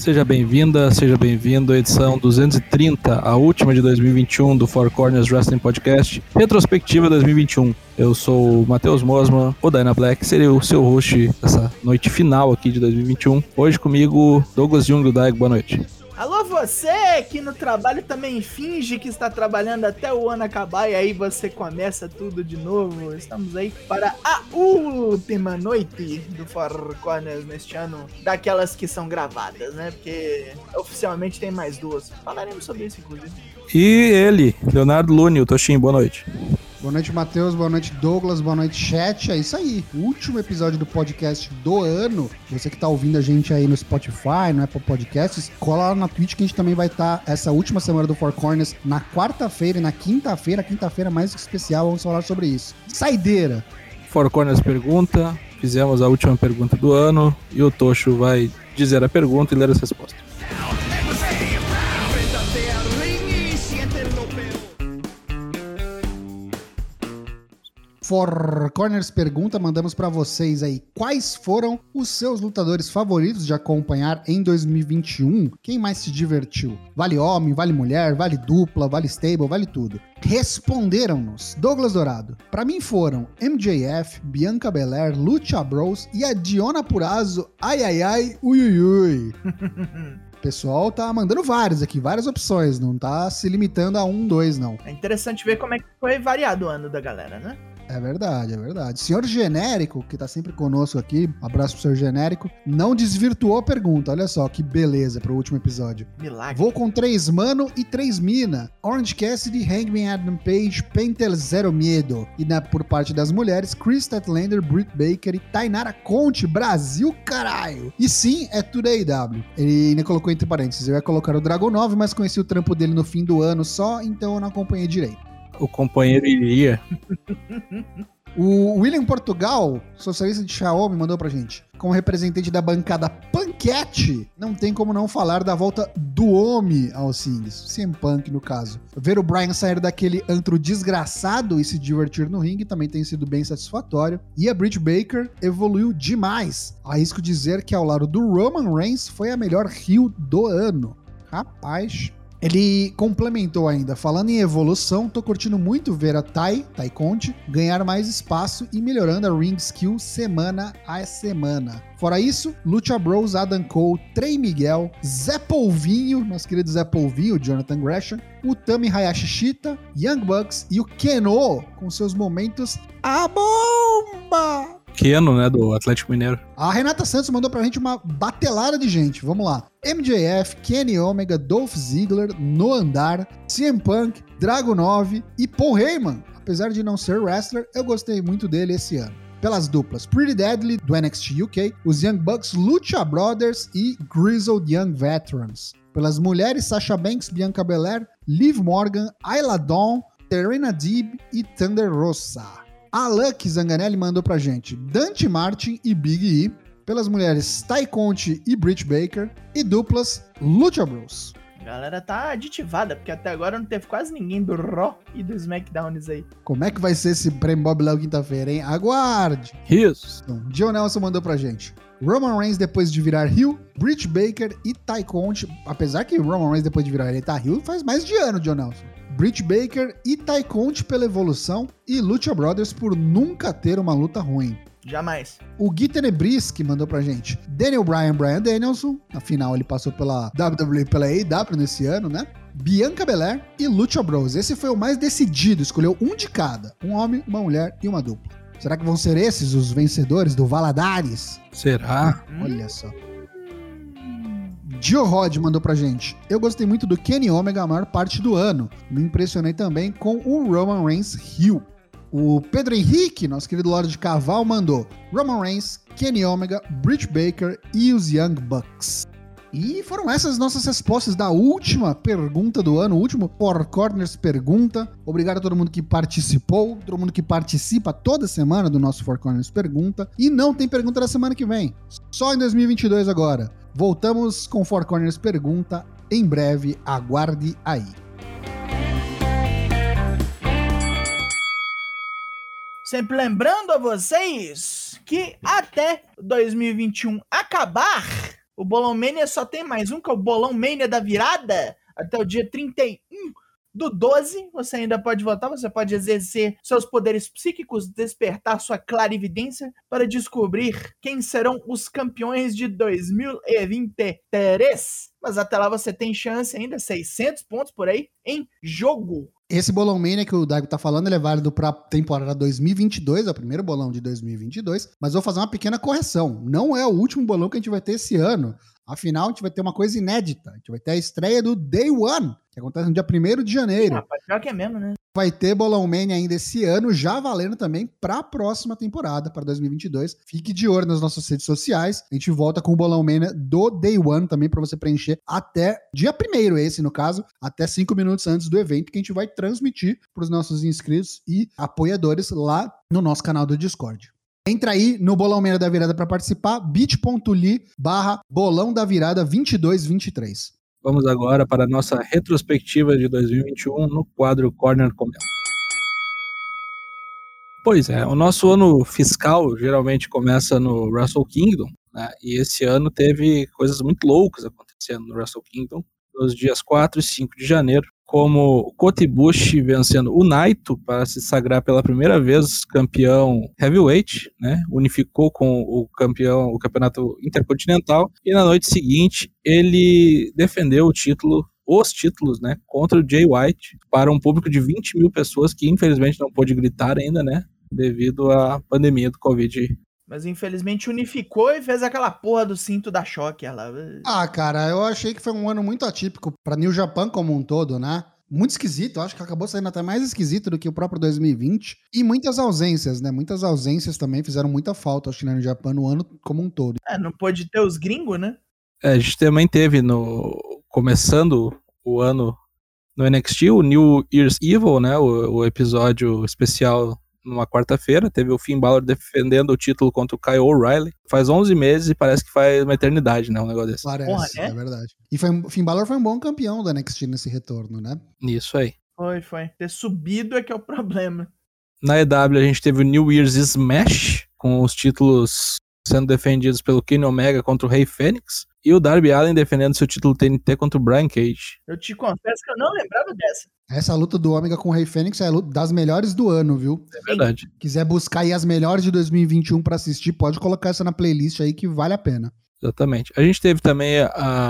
Seja bem-vinda, seja bem-vindo à edição 230, a última de 2021 do Four Corners Wrestling Podcast, retrospectiva 2021. Eu sou o Matheus Mosman, o Dyna Black, seria o seu host dessa noite final aqui de 2021. Hoje comigo, Douglas Jung do Daig, boa noite. Alô você que no trabalho também finge que está trabalhando até o ano acabar e aí você começa tudo de novo. Estamos aí para a última noite do Four Corners neste ano, daquelas que são gravadas, né? Porque oficialmente tem mais duas. Falaremos sobre isso, inclusive. E ele, Leonardo Lune, o Toshin, boa noite. Boa noite, Matheus. Boa noite, Douglas. Boa noite, chat. É isso aí. O último episódio do podcast do ano. Você que tá ouvindo a gente aí no Spotify, no Apple Podcasts, cola lá na Twitch que a gente também vai estar essa última semana do Four Corners na quarta-feira e na quinta-feira. Quinta-feira mais especial, vamos falar sobre isso. Saideira. Four Corners pergunta, fizemos a última pergunta do ano e o Tosho vai dizer a pergunta e ler as respostas. Four Corners pergunta, mandamos pra vocês aí, quais foram os seus lutadores favoritos de acompanhar em 2021? Quem mais se divertiu? Vale homem, vale mulher, vale dupla, vale stable, vale tudo. Responderam-nos Douglas Dourado. Pra mim foram MJF, Bianca Belair, Lucha Bros e a Diona Purrazzo, ai ai ai, ui ui ui. O pessoal tá mandando vários aqui, várias opções, não tá se limitando a 1, 2 não. É interessante ver como é que foi variado o ano da galera, né? É verdade, é verdade. Senhor Genérico, que tá sempre conosco aqui, abraço pro senhor Genérico, não desvirtuou a pergunta, olha só, que beleza pro último episódio. Milagre. Vou com 3 mano e 3 mina. Orange Cassidy, Hangman Adam Page, Pentel Zero Medo. E por parte das mulheres, Chris Statlander, Britt Baker e Tainara Conte, Brasil, caralho. E sim, é tudo AEW. Ele ainda colocou entre parênteses, eu ia colocar o Dragon 9, mas conheci o trampo dele no fim do ano só, então eu não acompanhei direito. O companheiro iria. O William Portugal, socialista de Xiaomi, mandou pra gente. Como representante da bancada Panquete, não tem como não falar da volta do homem aos singles. CM Punk, no caso. Ver o Bryan sair daquele antro desgraçado e se divertir no ringue também tem sido bem satisfatório. E a Britt Baker evoluiu demais. Arrisco dizer que ao lado do Roman Reigns foi a melhor heel do ano. Rapaz... Ele complementou ainda, falando em evolução, tô curtindo muito ver a Tai Conti, ganhar mais espaço e melhorando a ring skill semana a semana. Fora isso, Lucha Bros, Adam Cole, Trey Miguel, Zé Polvinho, nosso querido Zé Polvinho, Jonathan Gresham, o Tami Hayashi Shita, Young Bucks e o Keno, com seus momentos a bomba! Keno, né, do Atlético Mineiro. A Renata Santos mandou pra gente uma batelada de gente. Vamos lá. MJF, Kenny Omega, Dolph Ziggler, No Andar, CM Punk, Drago 9 e Paul Heyman. Apesar de não ser wrestler, eu gostei muito dele esse ano. Pelas duplas, Pretty Deadly, do NXT UK, os Young Bucks, Lucha Brothers e Grizzled Young Veterans. Pelas mulheres, Sasha Banks, Bianca Belair, Liv Morgan, Ayla Dawn, Serena Deeb e Thunder Rosa. A Lucky Zanganelli mandou pra gente Dante Martin e Big E, pelas mulheres Tai Conti e Britt Baker, e duplas Lucha Bros. A galera tá aditivada, porque até agora não teve quase ninguém do Raw e do SmackDown aí. Como é que vai ser esse prêmio Bob Léo quinta-feira, hein? Aguarde! Isso. Então, John Nelson mandou pra gente Roman Reigns depois de virar heel, Britt Baker e Tai Conti, apesar que Roman Reigns depois de virar ele tá heel faz mais de ano, John Nelson. Britt Baker e Tai Conti pela evolução e Lucha Brothers por nunca ter uma luta ruim. Jamais. O Gui Tenebris, mandou pra gente Daniel Bryan, Bryan Danielson, afinal ele passou pela WWE, pela AEW nesse ano, né? Bianca Belair e Lucha Bros. Esse foi o mais decidido, escolheu um de cada, um homem, uma mulher e uma dupla. Será que vão ser esses os vencedores do Valadares? Será? Olha só. Gio Rod mandou pra gente. Eu gostei muito do Kenny Omega a maior parte do ano. Me impressionei também com o Roman Reigns heel. O Pedro Henrique, nosso querido Lorde de Caval, mandou Roman Reigns, Kenny Omega, Britt Baker e os Young Bucks. E foram essas nossas respostas da última pergunta do ano, o último Four Corners pergunta. Obrigado a todo mundo que participou, todo mundo que participa toda semana do nosso Four Corners pergunta. E não tem pergunta da semana que vem, só em 2022 agora. Voltamos com Four Corners pergunta em breve, aguarde aí. Sempre lembrando a vocês que até 2021 acabar, O Bolão Mania só tem mais um, que é o Bolão Mania da virada, até o dia 31/12. Você ainda pode votar, você pode exercer seus poderes psíquicos, despertar sua clarividência para descobrir quem serão os campeões de 2023. Mas até lá você tem chance ainda, 600 pontos por aí, em jogo. Esse Bolão Mania que o Daigo tá falando, ele é válido pra temporada 2022, é o primeiro bolão de 2022, mas vou fazer uma pequena correção. Não é o último bolão que a gente vai ter esse ano. Afinal, a gente vai ter uma coisa inédita. A gente vai ter a estreia do Day One, que acontece no dia 1º de janeiro. Rapaz, pior que é mesmo, né? Vai ter Bolão Mania ainda esse ano, já valendo também para a próxima temporada, para 2022. Fique de olho nas nossas redes sociais. A gente volta com o Bolão Mania do Day One também para você preencher até dia 1º, esse no caso, até 5 minutos antes do evento, que a gente vai transmitir para os nossos inscritos e apoiadores lá no nosso canal do Discord. Entra aí no Bolão Mania da Virada para participar, bit.ly/Bolão da Virada 2223. Vamos agora para a nossa retrospectiva de 2021 no quadro Corner Comenta. Pois é, o nosso ano fiscal geralmente começa no Wrestle Kingdom, né? E esse ano teve coisas muito loucas acontecendo no Wrestle Kingdom, nos dias 4 e 5 de janeiro, como o Kota Ibushi vencendo o Naito para se sagrar pela primeira vez campeão heavyweight, né? Unificou com o campeonato intercontinental, e na noite seguinte ele defendeu os títulos, né, contra o Jay White, para um público de 20 mil pessoas, que infelizmente não pôde gritar ainda, né, devido à pandemia do Covid. Mas infelizmente unificou e fez aquela porra do cinto da choque. Cara, eu achei que foi um ano muito atípico pra New Japan como um todo, né? Muito esquisito, eu acho que acabou saindo até mais esquisito do que o próprio 2020. E muitas ausências, né? Muitas ausências também fizeram muita falta, acho que na New Japan no ano como um todo. Não pôde ter os gringos, né? A gente também teve, começando o ano no NXT, o New Year's Evil, né? O episódio especial numa quarta-feira, teve o Finn Balor defendendo o título contra o Kyle O'Reilly. Faz 11 meses e parece que faz uma eternidade, né? Um negócio desse. Parece, porra, né? É verdade. E o Finn Balor foi um bom campeão do NXT nesse retorno, né? Isso aí. Foi. Ter subido é que é o problema. Na EW a gente teve o New Year's Smash, com os títulos sendo defendidos pelo Kenny Omega contra o Rey Fênix, e o Darby Allin defendendo seu título TNT contra o Brian Cage. Eu te confesso que eu não lembrava dessa. Essa luta do Omega com o Rey Fênix é a luta das melhores do ano, viu? É verdade. Quiser buscar aí as melhores de 2021 pra assistir, pode colocar essa na playlist aí que vale a pena. Exatamente. A gente teve também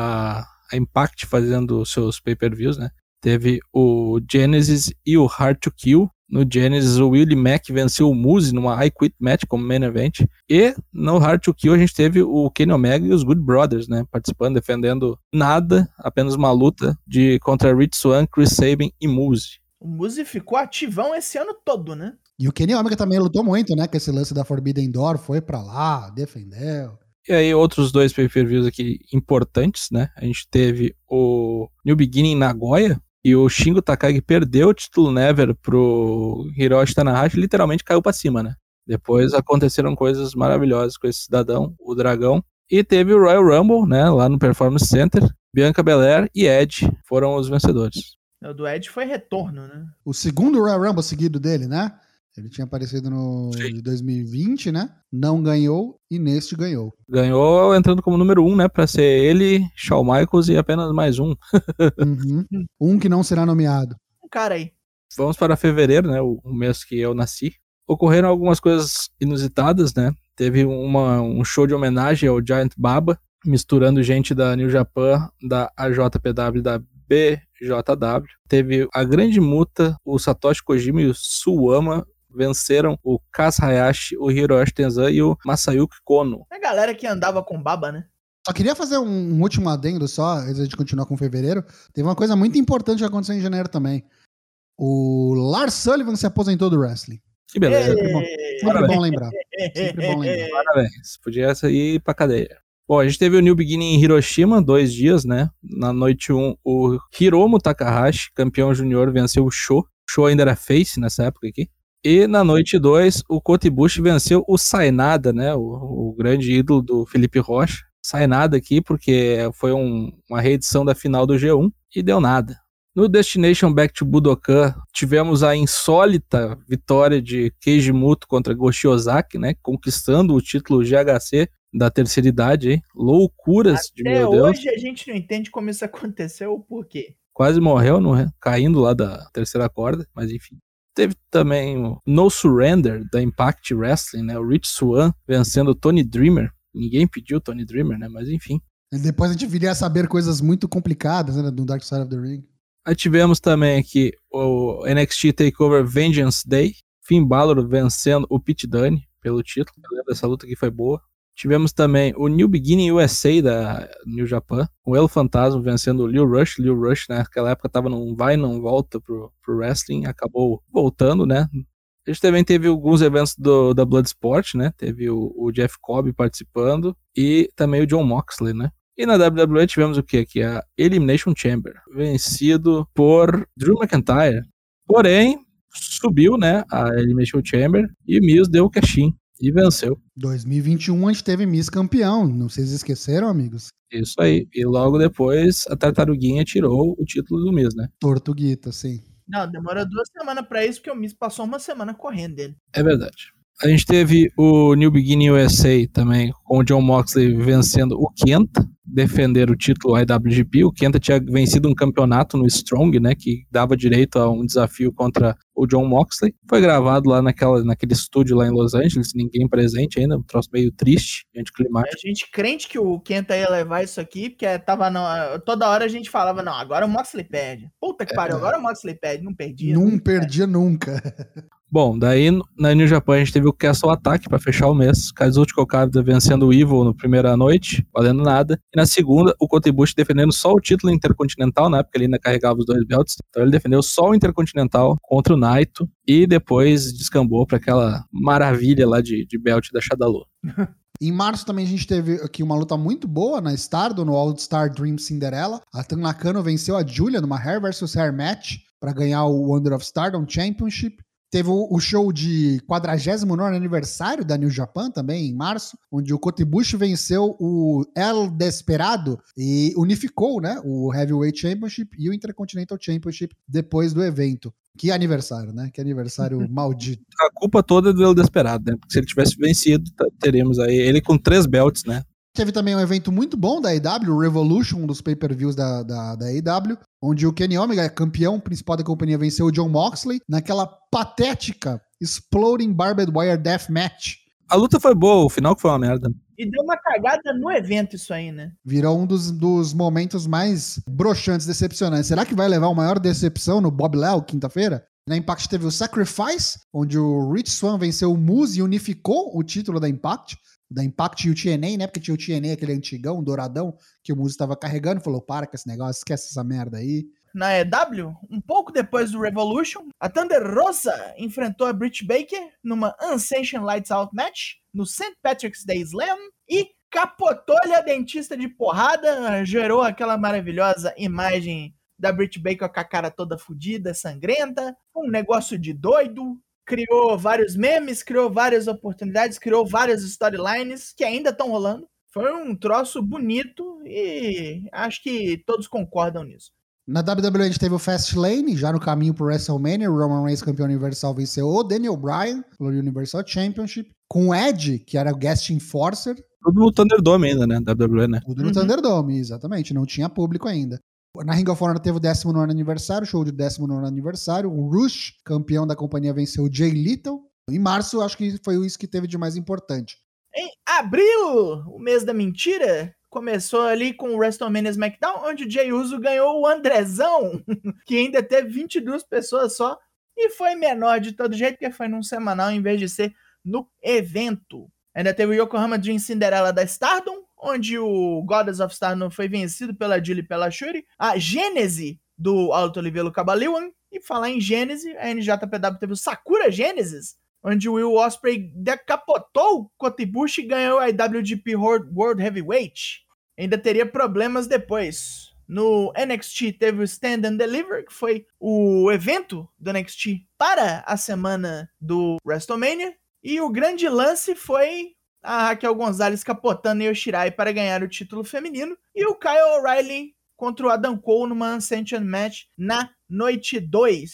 a Impact fazendo seus pay-per-views, né? Teve o Genesis e o Hard to Kill. No Genesis, o Willie Mack venceu o Moose numa I Quit Match como main event. E no Hard to Kill a gente teve o Kenny Omega e os Good Brothers, né? Participando, defendendo nada, apenas uma luta contra Rich Swann, Chris Sabin e Moose. O Moose ficou ativão esse ano todo, né? E o Kenny Omega também lutou muito, né? Com esse lance da Forbidden Door, foi pra lá, defendeu. E aí, outros dois pay-per-views aqui importantes, né? A gente teve o New Beginning em Nagoya, e o Shingo Takagi perdeu o título Never pro Hiroshi Tanahashi, literalmente caiu pra cima, né? Depois aconteceram coisas maravilhosas com esse cidadão, o Dragão. E teve o Royal Rumble, né? Lá no Performance Center. Bianca Belair e Edge foram os vencedores. O do Edge foi retorno, né? O segundo Royal Rumble seguido dele, né? Ele tinha aparecido no de 2020, né? Não ganhou e neste ganhou. Ganhou entrando como número 1, né? Pra ser ele, Shawn Michaels e apenas mais um. Um que não será nomeado. Um cara aí. Vamos para fevereiro, né? O mês que eu nasci. Ocorreram algumas coisas inusitadas, né? Teve um show de homenagem ao Giant Baba, misturando gente da New Japan, da AJPW, da BJW. Teve a Grande Muta, o Satoshi Kojima e o Suwama venceram o Kaz Hayashi, o Hiroshi Tenzan e o Masayuki Kono. A galera que andava com baba, né? Só queria fazer um último adendo só, antes de continuar com fevereiro. Teve uma coisa muito importante que aconteceu em janeiro também. O Lars Sullivan se aposentou do wrestling. Que beleza. Sempre bom lembrar. Sempre bom lembrar. Parabéns. Podia ir pra cadeia. Bom, a gente teve o New Beginning em Hiroshima, 2 dias, né? Na noite 1, o Hiromu Takahashi, campeão júnior, venceu o Sho. O Sho ainda era face nessa época aqui. E na noite 2, o Kota Ibushi venceu o Sainada, né? O grande ídolo do Felipe Rocha. Sainada aqui porque foi uma reedição da final do G1 e deu nada. No Destination Back to Budokan, tivemos a insólita vitória de Keiji Muto contra Goshi Ozaki, né? Conquistando o título GHC da terceira idade, hein? Loucuras de Até meu Deus. hoje a gente não entende como isso aconteceu ou por quê. Quase morreu caindo lá da terceira corda, mas enfim. Teve também o No Surrender da Impact Wrestling, né? O Rich Swann vencendo o Tony Dreamer. Ninguém pediu o Tony Dreamer, né? Mas enfim. E depois a gente viria a saber coisas muito complicadas, né, do Dark Side of the Ring. Aí tivemos também aqui o NXT TakeOver Vengeance Day. Finn Balor vencendo o Pete Dunne pelo título. Eu lembro dessa luta que foi boa. Tivemos também o New Beginning USA da New Japan. O El Fantasma vencendo o Leo Rush. Leo Rush, né, naquela época tava num vai e não volta pro wrestling. Acabou voltando, né. A gente também teve alguns eventos da Bloodsport, né. Teve o Jeff Cobb participando. E também o John Moxley, né. E na WWE tivemos o que aqui? A Elimination Chamber, vencido por Drew McIntyre. Porém, subiu, né, a Elimination Chamber e o Miz deu o cash-in e venceu. 2021 a gente teve Miss campeão, não sei se vocês esqueceram, amigos? Isso aí. E logo depois a Tartaruguinha tirou o título do Miz, né? Tortuguita, sim. Não, demorou 2 semanas pra isso, porque o Miz passou 1 semana correndo dele. É verdade. A gente teve o New Beginning USA também, com o John Moxley vencendo o Kenta, defender o título IWGP. O Kenta tinha vencido um campeonato no Strong, né, que dava direito a um desafio contra o John Moxley. Foi gravado lá naquele estúdio lá em Los Angeles, ninguém presente ainda, um troço meio triste, anticlimático. A gente crente que o Kenta ia levar isso aqui, porque toda hora a gente falava, não, agora o Moxley perde. Puta que pariu, agora o Moxley perde, não perdia. Não perdia nunca. Bom, daí na New Japan a gente teve o Castle Attack pra fechar o mês. Kazuchika Okada vencendo o Evil na primeira noite, valendo nada. E na segunda, o Kota Ibushi defendendo só o título intercontinental, na época ele ainda carregava os 2 belts. Então ele defendeu só o intercontinental contra o Naito e depois descambou pra aquela maravilha lá de belt da Shadaloo. Em março também a gente teve aqui uma luta muito boa na Stardom, no All Star Dream Cinderella. A Tam Nakano venceu a Julia numa Hair vs Hair match para ganhar o Wonder of Stardom Championship. Teve o show de 49º aniversário da New Japan também, em março, onde o Kota Ibushi venceu o El Desperado e unificou, né, o Heavyweight Championship e o Intercontinental Championship depois do evento. Que aniversário, né? Que aniversário maldito. A culpa toda é do El Desperado, né? Porque se ele tivesse vencido, teríamos aí ele com 3 belts, né? Teve também um evento muito bom da AEW, o Revolution, um dos pay-per-views da AEW, onde o Kenny Omega, campeão principal da companhia, venceu o John Moxley naquela patética Exploding Barbed Wire Death Match. A luta foi boa, o final que foi uma merda. E deu uma cagada no evento isso aí, né? Virou um dos momentos mais broxantes, decepcionantes. Será que vai levar a maior decepção no Bob Léo, quinta-feira? Na Impact teve o Sacrifice, onde o Rich Swann venceu o Moose e unificou o título da Impact e o TNA, né? Porque tinha o TNA, aquele antigão, douradão, que o Moose estava carregando, falou, para com esse negócio, esquece essa merda aí. Na EW, um pouco depois do Revolution, a Thunder Rosa enfrentou a Britt Baker numa Unsanctioned Lights Out match no St. Patrick's Day Slam e capotou-lhe a dentista de porrada, gerou aquela maravilhosa imagem da Britt Baker com a cara toda fodida, sangrenta, um negócio de doido, criou vários memes, criou várias oportunidades, criou várias storylines que ainda estão rolando. Foi um troço bonito e acho que todos concordam nisso. Na WWE a gente teve o Fastlane, já no caminho pro WrestleMania, o Roman Reigns campeão universal venceu o Daniel Bryan pelo Universal Championship, com o Edge, que era o Guest Enforcer. Tudo no Thunderdome ainda, né? WWE, né? Tudo no Thunderdome, exatamente, não tinha público ainda. Na Ring of Honor teve o 19º aniversário, show de 19º aniversário, o Rush, campeão da companhia, venceu o Jay Little. Em março, acho que foi isso que teve de mais importante. Em abril, o mês da mentira, começou ali com o WrestleMania SmackDown, onde o Jey Uso ganhou o Andrezão, que ainda teve 22 pessoas só, e foi menor de todo jeito, porque foi num semanal em vez de ser no evento. Ainda teve o Yokohama Dream Cinderella da Stardom, onde o Goddess of Stardom foi vencido pela Julie e pela Shuri, a Gênese do Alto Olivelo Cabaliwan, e falar em Gênese, a NJPW teve o Sakura Genesis, onde o Will Ospreay decapotou o Kota Ibushi e ganhou a IWGP World Heavyweight. Ainda teria problemas depois. No NXT teve o Stand and Deliver, que foi o evento do NXT para a semana do WrestleMania. E o grande lance foi a Raquel Gonzalez capotando Io Shirai para ganhar o título feminino. E o Kyle O'Reilly contra o Adam Cole numa Unsanctioned Match na noite 2.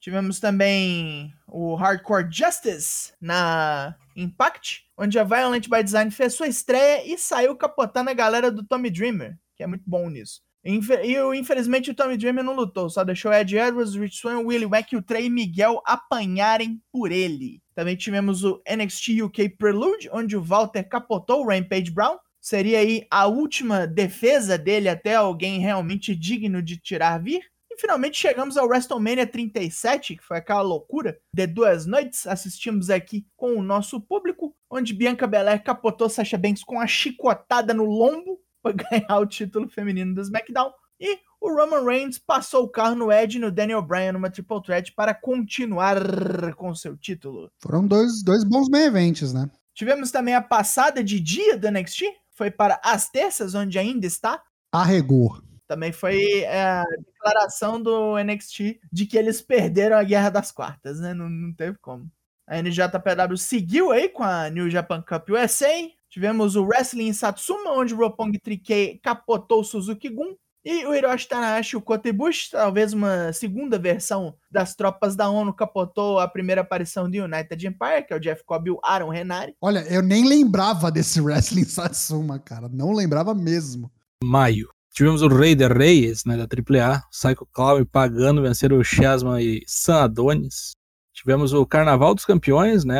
Tivemos também o Hardcore Justice na Impact, onde a Violent by Design fez sua estreia e saiu capotando a galera do Tommy Dreamer, que é muito bom nisso. Infelizmente o Tommy Dreamer não lutou, só deixou Ed Edwards, Rich Swann, Willie Wack e o Trey Miguel apanharem por ele. Também tivemos o NXT UK Prelude, onde o Walter capotou o Rampage Brown. Seria aí a última defesa dele até alguém realmente digno de tirar vir. E finalmente chegamos ao WrestleMania 37, que foi aquela loucura de 2 noites. Assistimos aqui com o nosso público, onde Bianca Belair capotou Sasha Banks com a chicotada no lombo para ganhar o título feminino do SmackDown. E o Roman Reigns passou o carro no Edge e no Daniel Bryan numa Triple Threat para continuar com seu título. Foram dois bons main events, né? Tivemos também a passada de dia do NXT, foi para as terças, onde ainda está. Arregou. Também foi a declaração do NXT de que eles perderam a Guerra das Quartas, né? Não teve como. A NJPW seguiu aí com a New Japan Cup USA. Tivemos o Wrestling em Satsuma, onde o Roppongi 3K capotou o Suzuki Gun. E o Hiroshi Tanahashi e o Kota Ibushi, talvez uma segunda versão das tropas da ONU, capotou a primeira aparição do United Empire, que é o Jeff Cobb e o Aaron Henare. Olha, eu nem lembrava desse Wrestling Satsuma, cara. Não lembrava mesmo. Maio. Tivemos o Raider Reyes, né, da AAA, Psycho Clown e Pagano venceram o Chasma e San Adonis. Tivemos o Carnaval dos Campeões, né,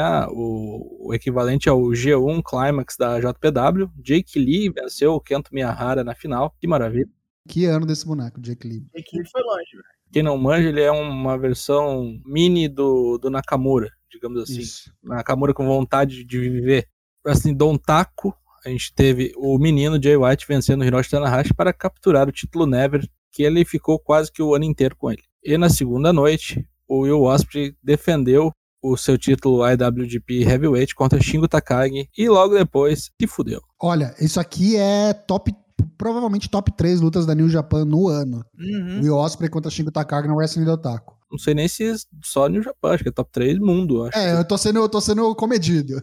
o equivalente ao G1 Climax da JPW. Jake Lee venceu o Kento Miyahara na final. Que maravilha. Que ano desse boneco, Jake Lee. Jake Lee foi longe, velho. Quem não manja, ele é uma versão mini do Nakamura, digamos assim. Isso. Nakamura com vontade de viver. Wrestling Dontaku, a gente teve o menino Jay White vencendo o Hiroshi Tanahashi para capturar o título Never, que ele ficou quase que o ano inteiro com ele. E na segunda noite, o Will Ospreay defendeu o seu título IWGP Heavyweight contra Shingo Takagi e logo depois se fudeu. Olha, isso aqui é provavelmente top 3 lutas da New Japan no ano. Uhum. Will Ospreay contra Shingo Takagi no Wrestling do Otaku. Não sei nem se só New Japan, acho que é top 3 mundo. Acho eu tô sendo comedido.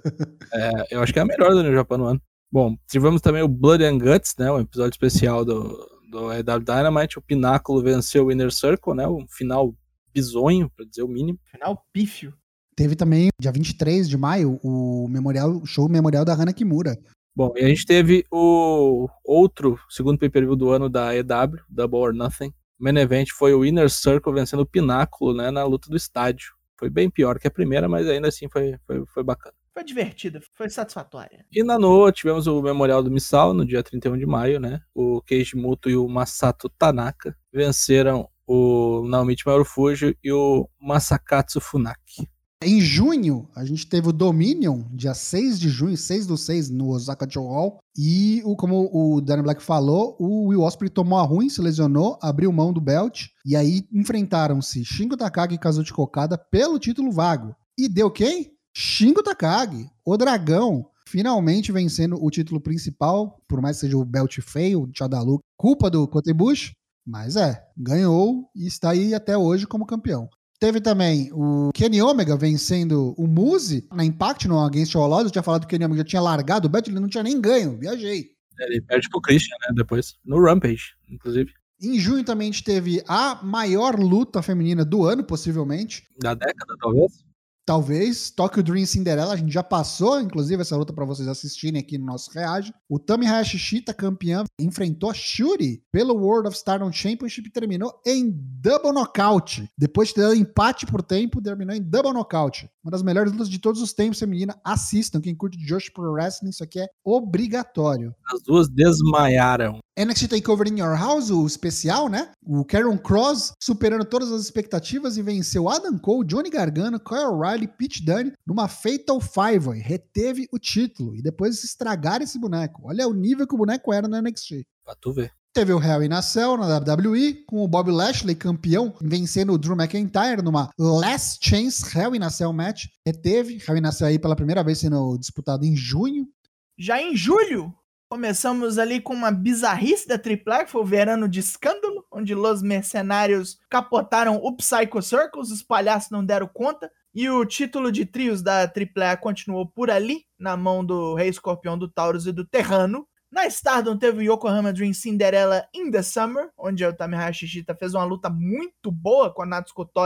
Eu acho que é a melhor da New Japan no ano. Bom, tivemos também o Blood and Guts, né, um episódio especial do AEW Dynamite. O Pináculo venceu o Inner Circle, né, um final bizonho, pra dizer o mínimo. Final pífio. Teve também, dia 23 de maio, o show memorial da Hana Kimura. Bom, e a gente teve o outro segundo pay-per-view do ano da AEW, Double or Nothing. O main event foi o Inner Circle vencendo o Pináculo, né, na luta do estádio. Foi bem pior que a primeira, mas ainda assim foi bacana. Foi divertida, foi satisfatória. E na Noa tivemos o Memorial do Misao, no dia 31 de maio, né? O Keiji Muto e o Masato Tanaka venceram o Naomichi Marufuji e o Masakatsu Funaki. Em junho, a gente teve o Dominion, dia 6 de junho, 6/6, no Osaka Joe Hall. E, como o Danny Black falou, o Will Ospreay tomou a ruim, se lesionou, abriu mão do belt. E aí enfrentaram-se Shingo Takagi e Kazuchika Okada pelo título vago. E deu quem? Shingo Takagi, o dragão, finalmente vencendo o título principal, por mais que seja o belt feio, o Chadalu, culpa do Kota Ibushi, mas ganhou e está aí até hoje como campeão. Teve também o Kenny Omega vencendo o Muzi na Impact, no Against All Odds. Eu tinha falado que o Kenny Omega já tinha largado o belt, ele não tinha nem ganho, viajei. Ele perde pro Christian, né, depois, no Rampage, inclusive. Em junho também a gente teve a maior luta feminina do ano, possivelmente. Da década, talvez. Talvez, Tokyo Dream Cinderella, a gente já passou, inclusive, essa luta pra vocês assistirem aqui no nosso Reage. O Tami Hayashi Shita, campeã, enfrentou a Shuri pelo World of Stardom Championship e terminou em double knockout. Depois de ter dado empate por tempo, terminou em double knockout. Uma das melhores lutas de todos os tempos, feminina. Assistam, quem curte Joshi Pro Wrestling, isso aqui é obrigatório. As duas desmaiaram. NXT TakeOver in Your House, o especial, né? O Karrion Kross superando todas as expectativas e venceu Adam Cole, Johnny Gargano, Kyle O'Reilly, Pete Dunne numa Fatal 5, reteve o título e depois estragaram esse boneco. Olha o nível que o boneco era no NXT. Pra tu ver. Teve o Hell in a Cell na WWE, com o Bobby Lashley campeão, vencendo o Drew McIntyre numa Last Chance Hell in a Cell match. Reteve Hell in a Cell aí pela primeira vez sendo disputado em junho. Já em julho, começamos ali com uma bizarrice da AAA, que foi o verano de escândalo, onde Los Mercenários capotaram o Psycho Circus, os palhaços não deram conta, e o título de trios da AAA continuou por ali, na mão do Rei Escorpião, do Taurus e do Terrano. Na Stardom teve o Yokohama Dream Cinderella in the Summer, onde o Tami Hayashi Shita fez uma luta muito boa com a Natsuko Tora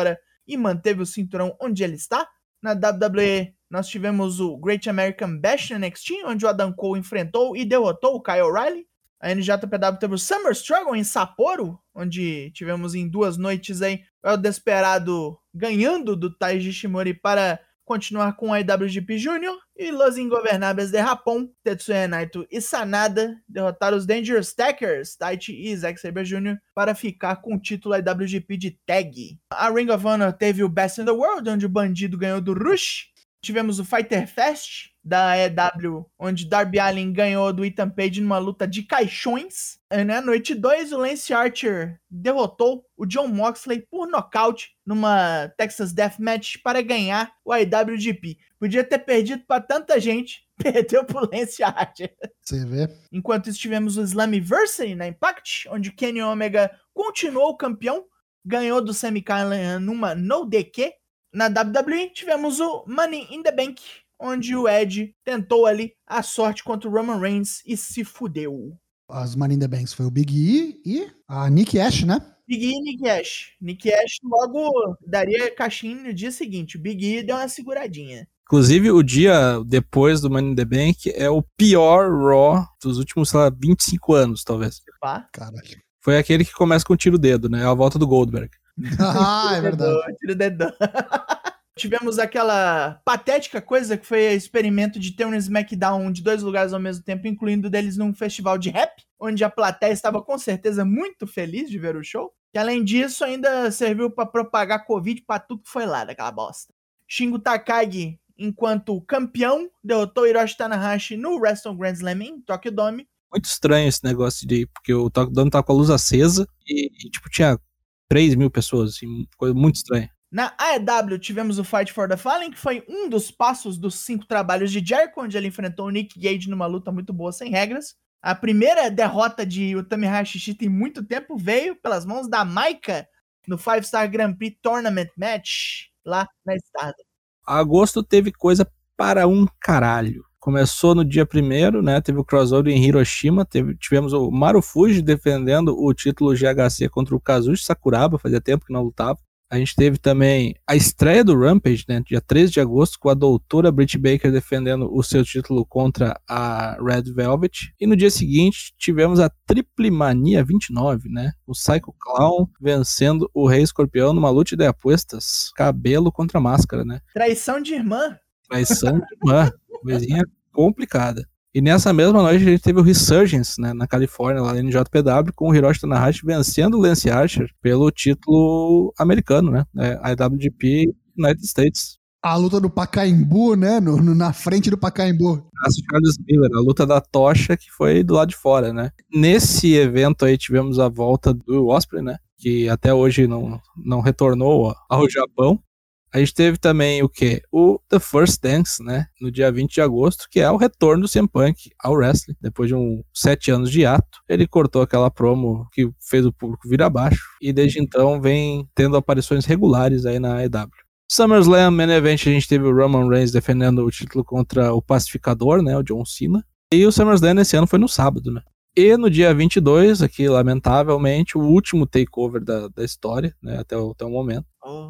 e manteve o cinturão onde ele está. Na WWE, nós tivemos o Great American Bash no NXT, onde o Adam Cole enfrentou e derrotou o Kyle O'Reilly. A NJPW teve o Summer Struggle em Sapporo, onde tivemos em 2 noites aí o El Desperado ganhando do Taiji Ishimori para continuar com a IWGP Junior, e Los Ingovernáveis de Japão, Tetsuya Naito e Sanada derrotaram os Dangerous Stackers, Taichi e Zack Sabre Jr. para ficar com o título IWGP de Tag. A Ring of Honor teve o Best in the World, onde o Bandido ganhou do Rush. Tivemos o Fighter Fest da AEW, onde Darby Allin ganhou do Ethan Page numa luta de caixões. E na noite 2, o Lance Archer derrotou o Jon Moxley por nocaute numa Texas Deathmatch para ganhar o IWGP. Podia ter perdido para tanta gente, perdeu pro Lance Archer. Você vê? Enquanto isso, tivemos o Slammiversary na Impact, onde Kenny Omega continuou campeão, ganhou do Sami Callihan numa No DQ. Na WWE, tivemos o Money in the Bank, onde o Edge tentou ali a sorte contra o Roman Reigns e se fudeu. As Money in the Banks foi o Big E e a Nick Ash, né? Big E e Nick Ash. Nick Ash logo daria caixinha no dia seguinte. O Big E deu uma seguradinha. Inclusive, o dia depois do Money in the Bank é o pior Raw dos últimos, sei lá, 25 anos, talvez. Pá. Caralho. Foi aquele que começa com tiro dedo, né? A volta do Goldberg. Ah, é verdade. Tiro dedão. Tivemos aquela patética coisa que foi o experimento de ter um SmackDown de 2 lugares ao mesmo tempo, incluindo deles num festival de rap, onde a plateia estava com certeza muito feliz de ver o show. E além disso, ainda serviu para propagar Covid para tudo que foi lá daquela bosta. Shingo Takagi, enquanto campeão, derrotou Hiroshi Tanahashi no Wrestle Grand Slam em Tokyo Dome. Muito estranho esse negócio de... Porque o Tokyo Dome tava com a luz acesa e tipo, tinha 3.000 pessoas, assim, coisa muito estranha. Na AEW tivemos o Fight for the Fallen, que foi um dos passos dos 5 trabalhos de Jericho, onde ele enfrentou o Nick Gage numa luta muito boa, sem regras. A primeira derrota de Utami Hayashishita em muito tempo veio pelas mãos da Maika no 5-Star Grand Prix Tournament Match, lá na Stardom. Agosto teve coisa para um caralho. Começou no dia 1º, né? Teve o crossover em Hiroshima. Tivemos o Marufuji defendendo o título GHC contra o Kazushi Sakuraba. Fazia tempo que não lutava. A gente teve também a estreia do Rampage, né? Dia 13 de agosto, com a doutora Britt Baker defendendo o seu título contra a Red Velvet. E no dia seguinte, tivemos a Triple Mania 29, né? O Psycho Clown vencendo o Rei Escorpião numa luta de apostas. Cabelo contra máscara, né? Traição de irmã. Traição de irmã. Coisinha complicada. E nessa mesma noite a gente teve o Resurgence, né, na Califórnia, lá no NJPW, com o Hiroshi Tanahashi vencendo o Lance Archer pelo título americano, né, IWGP United States. A luta do Pacaembu, né, na frente do Pacaembu. A Charles Miller, a luta da tocha que foi do lado de fora, né. Nesse evento aí tivemos a volta do Ospreay, né, que até hoje não retornou ao Japão. A gente teve também o quê? O The First Dance, né? No dia 20 de agosto, que é o retorno do CM Punk ao wrestling. Depois de 7 anos de hiato, ele cortou aquela promo que fez o público vir abaixo. E desde então vem tendo aparições regulares aí na AEW. SummerSlam, Main Event, a gente teve o Roman Reigns defendendo o título contra o Pacificador, né? O John Cena. E o SummerSlam esse ano foi no sábado, né? E no dia 22, aqui, lamentavelmente, o último takeover da história, né, até o momento,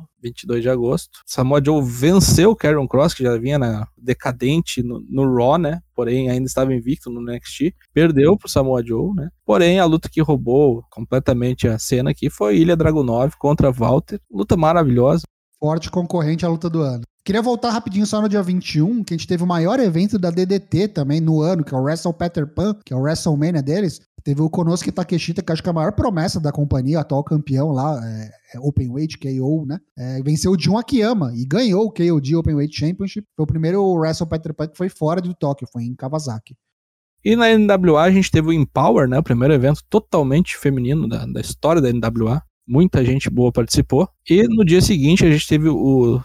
22 de agosto. Samoa Joe venceu o Karrion Kross, que já vinha decadente no Raw, né, porém ainda estava invicto no NXT. Perdeu pro Samoa Joe, né, porém a luta que roubou completamente a cena aqui foi Ilya Dragunov contra Walter. Luta maravilhosa. Forte concorrente à luta do ano. Queria voltar rapidinho só no dia 21, que a gente teve o maior evento da DDT também no ano, que é o Wrestle Peter Pan, que é o WrestleMania deles. Teve o Konosuke Takeshita, que acho que é a maior promessa da companhia, atual campeão lá, Openweight, KO, né? Venceu o Jun Akiyama e ganhou o KOD Openweight Championship. Foi o primeiro Wrestle Peter Pan que foi fora de Tóquio, foi em Kawasaki. E na NWA a gente teve o Empower, né? O primeiro evento totalmente feminino da história da NWA. Muita gente boa participou. E no dia seguinte a gente teve o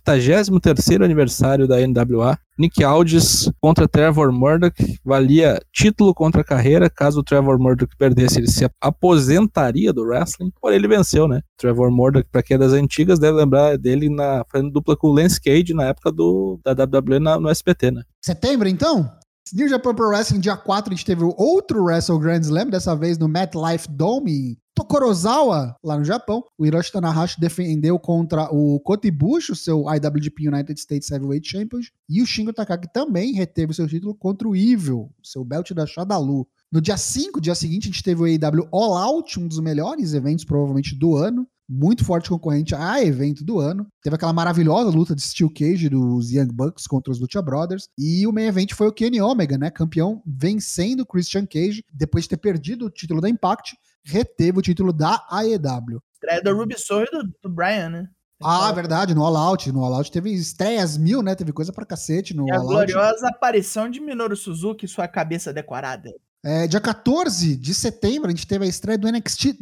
73º aniversário da NWA. Nick Aldis contra Trevor Murdoch. Valia título contra carreira. Caso o Trevor Murdoch perdesse, ele se aposentaria do wrestling. Porém, ele venceu, né? Trevor Murdoch, pra quem é das antigas, deve lembrar dele fazendo dupla com o Lance Cage na época da WWE no SBT, né? Setembro, então? New Japan Pro Wrestling, dia 4, a gente teve outro Wrestle Grand Slam, dessa vez no MetLife Dome, Tokorozawa, lá no Japão. O Hiroshi Tanahashi defendeu contra o Kota Ibushi, o seu IWGP United States Heavyweight Champion. E o Shingo Takagi também reteve o seu título contra o Evil, o seu belt da Shadalu. No dia 5, dia seguinte, a gente teve o AEW All Out, um dos melhores eventos provavelmente do ano. Muito forte concorrente a evento do ano. Teve aquela maravilhosa luta de Steel Cage dos Young Bucks contra os Lucha Brothers. E o main event foi o Kenny Omega, né? Campeão, vencendo o Christian Cage, depois de ter perdido o título da Impact, reteve o título da AEW. Estreia do Ruby Soho e do Brian, né? Verdade, no All Out. No All Out teve estreias 1000, né? Teve coisa pra cacete no e a All Out. gloriosa aparição de Minoru Suzuki e sua cabeça decorada. Dia 14 de setembro, a gente teve a estreia do NXT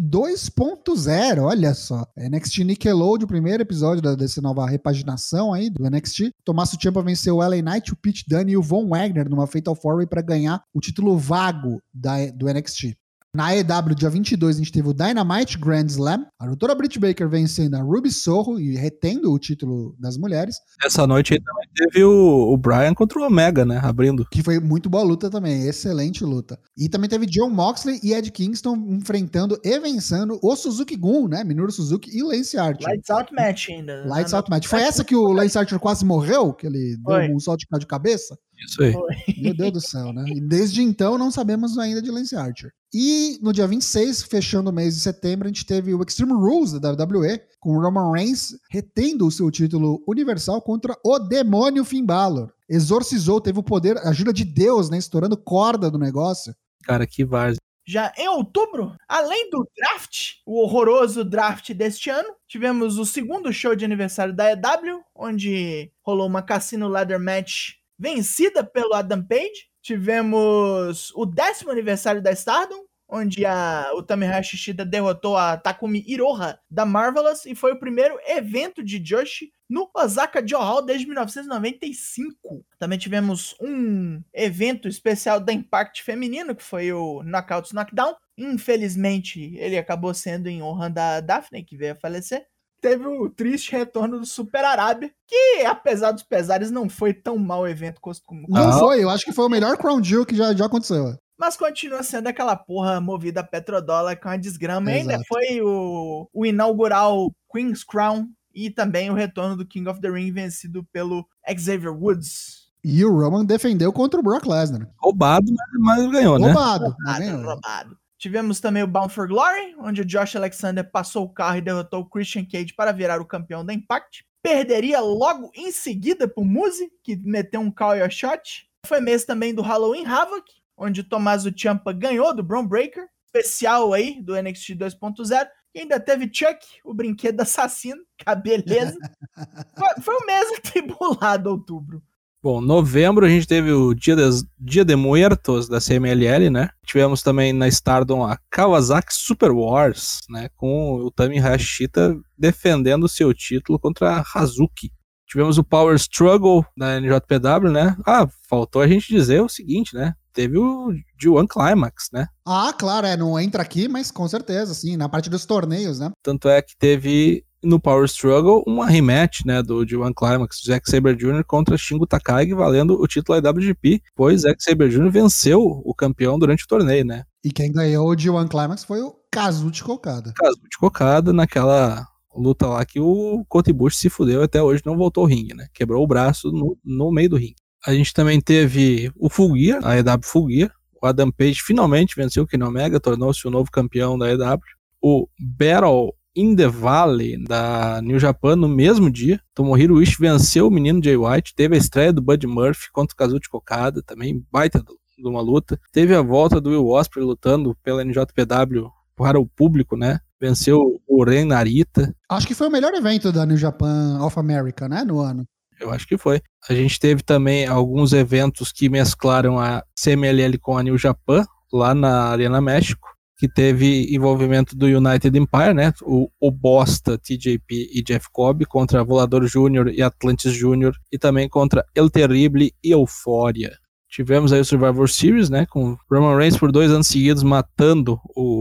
2.0, olha só. NXT Nickelodeon, o primeiro episódio dessa nova repaginação aí do NXT. Tommaso Ciampa venceu o LA Knight, o Pete Dunne e o Von Wagner numa Fatal 4-Way para ganhar o título vago do NXT. Na AEW, dia 22, a gente teve o Dynamite Grand Slam. A doutora Britt Baker vencendo a Ruby Soho e retendo o título das mulheres. Essa noite aí também teve o Brian contra o Omega, né? Abrindo. Que foi muito boa luta também. Excelente luta. E também teve Jon Moxley e Ed Kingston enfrentando e vencendo o Suzuki Gun, né? Minoru Suzuki e Lance Archer. Lights Out Match ainda. Lights Out Match. Foi essa que o Lance Archer quase morreu? Que ele deu um salto de cabeça? Isso aí. Meu Deus do céu, né? E desde então não sabemos ainda de Lance Archer. E no dia 26, fechando o mês de setembro, a gente teve o Extreme Rules da WWE, com o Roman Reigns retendo o seu título universal contra o demônio Finn Balor. Exorcizou, teve o poder, a ajuda de Deus, né? Estourando corda do negócio. Cara, que várzea. Já em outubro, além do draft, o horroroso draft deste ano, tivemos o segundo show de aniversário da EW, onde rolou uma Casino Ladder Match vencida pelo Adam Page. Tivemos o 10º aniversário da Stardom, onde o Tanahashi Shida derrotou a Takumi Iroha da Marvelous e foi o primeiro evento de Joshi no Osaka Joe Hall desde 1995. Também tivemos um evento especial da Impact feminino, que foi o Knockouts Knockdown. Infelizmente, ele acabou sendo em honra da Daphne, que veio a falecer. Teve o triste retorno do Super Arábia, que, apesar dos pesares, não foi tão mau evento como... Não foi, eu acho que foi o melhor Crown Jewel que já aconteceu. Mas continua sendo aquela porra movida a petrodólar com a desgrama. E ainda foi o inaugural Queen's Crown e também o retorno do King of the Ring vencido pelo Xavier Woods. E o Roman defendeu contra o Brock Lesnar. Roubado, mas ganhou, né? Roubado. Tivemos também o Bound for Glory, onde o Josh Alexander passou o carro e derrotou o Christian Cage para virar o campeão da Impact. Perderia logo em seguida pro Muzi, que meteu um Call Your Shot. Foi mês também do Halloween Havoc, onde o Tommaso Ciampa ganhou do Braun Breaker. Especial aí do NXT 2.0. E ainda teve Chuck, o brinquedo assassino. Que beleza. Foi um mês atribulado, outubro. Bom, novembro a gente teve o Dia de Muertos da CMLL, né? Tivemos também na Stardom a Kawasaki Super Wars, né? Com o Tanahashi Shita defendendo o seu título contra a Hazuki. Tivemos o Power Struggle da NJPW, né? Faltou a gente dizer o seguinte, né? Teve o G1 Climax, né? Claro, não entra aqui, mas com certeza, sim, na parte dos torneios, né? Tanto é que teve no Power Struggle uma rematch, né, do G1 Climax, Zack Sabre Jr. contra Shingo Takagi, valendo o título IWGP, pois Zack Sabre Jr. venceu o campeão durante o torneio, né? E quem ganhou o G1 Climax foi o Kazuchi Okada. Kazuchi Okada naquela luta lá que o Kota Ibushi se fudeu e até hoje não voltou ao ringue, né? Quebrou o braço no meio do ringue. A gente também teve o Full Gear, a EW Full Gear. O Adam Page finalmente venceu o Kenny Omega, tornou-se o novo campeão da EW. O Battle in the Valley da New Japan no mesmo dia. Tomohiro Ishii venceu o menino Jay White. Teve a estreia do Buddy Murphy contra o Kazuchi Okada, também baita de uma luta. Teve a volta do Will Ospreay lutando pela NJPW para o público, né? Venceu o Ren Narita. Acho que foi o melhor evento da New Japan of America, né? No ano. Eu acho que foi. A gente teve também alguns eventos que mesclaram a CMLL com a New Japan, lá na Arena México, que teve envolvimento do United Empire, né? O Bosta, TJP e Jeff Cobb contra Volador Jr. e Atlantis Jr. e também contra El Terrible e Euphoria. Tivemos aí o Survivor Series, né? Com Roman Reigns por 2 anos seguidos matando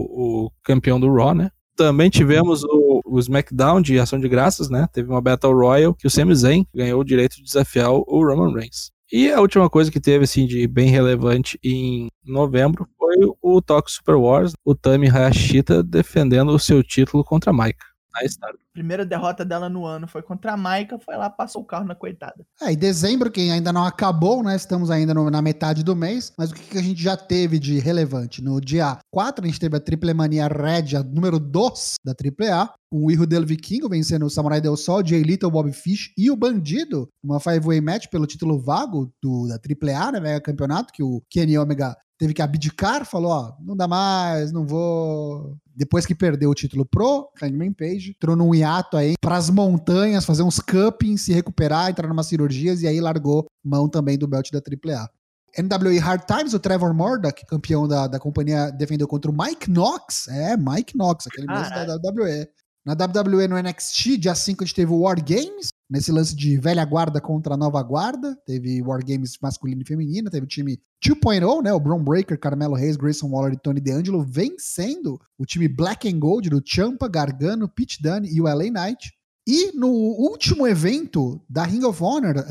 o campeão do Raw, né? Também tivemos o SmackDown de Ação de Graças, né? Teve uma Battle Royal que o Sami Zayn ganhou o direito de desafiar o Roman Reigns. E a última coisa que teve, assim, de bem relevante em novembro foi o Tokyo Super Wars, o Tami Hayashishita defendendo o seu título contra a Maika. Primeira derrota dela no ano foi contra a Maika, foi lá, passou o carro na coitada. E dezembro, que ainda não acabou, né? Estamos ainda na metade do mês, mas o que a gente já teve de relevante? No dia 4, a gente teve a Triple Mania Red, a número 2 da AAA, o Hijo del Vikingo vencendo o Samurai Del Sol, Jay Little, Bobby Fish e o Bandido, uma 5-way match pelo título vago da AAA, né? Mega Campeonato, que o Kenny Omega teve que abdicar, falou, não dá mais, não vou... Depois que perdeu o título pro Hangman Page, entrou num hiato aí pras montanhas, fazer uns cuppings, se recuperar, entrar numa cirurgias e aí largou mão também do belt da AAA. NWA Hard Times, o Trevor Murdoch, campeão da companhia, defendeu contra o Mike Knox. Mike Knox, aquele mesmo da WWE. Na WWE, no NXT, dia 5 a gente teve o War Games, nesse lance de velha guarda contra nova guarda. Teve War Games masculino e feminino, teve o time 2.0, né? O Bron Breakker, Carmelo Hayes, Grayson Waller e Tony D'Angelo vencendo o time Black and Gold do Ciampa, Gargano, Pete Dunne e o LA Knight. E no último evento da Ring of Honor,